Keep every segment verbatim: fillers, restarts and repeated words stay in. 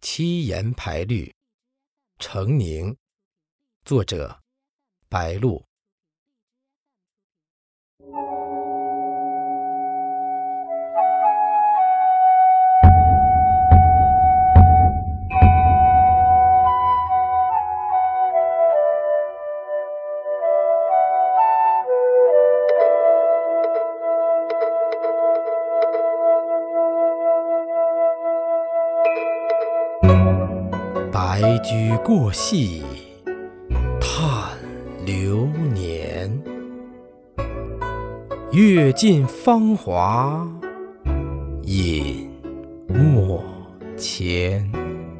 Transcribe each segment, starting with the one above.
七言排律，成宁。作者白露。白驹过隙，叹流年。阅尽芳华，隐没前。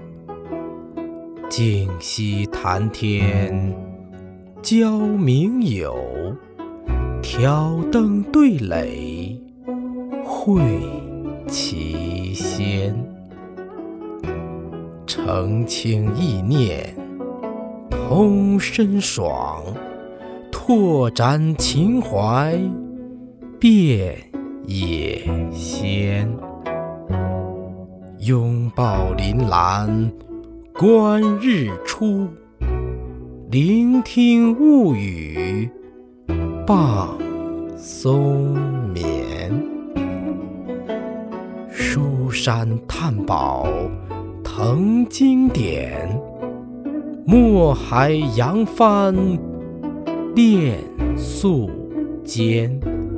静息谈天，交名友。挑灯对垒，会其先。澄清意念，通身爽；拓展情怀，遍野鲜。拥抱林兰，观日出；聆听雾语，傍松眠。书山探宝，腾经典；墨海扬帆，练素间。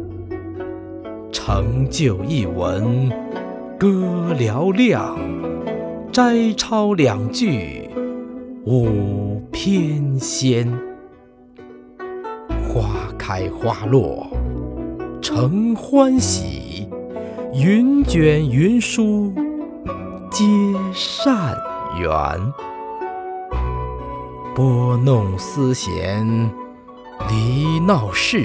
成就一文，歌嘹亮；摘抄两句，舞翩跹。花开花落，成欢喜；云卷云舒，皆善缘。拨弄丝弦，离闹市；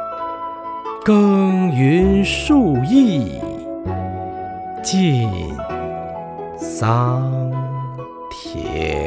耕耘数亿，尽桑田。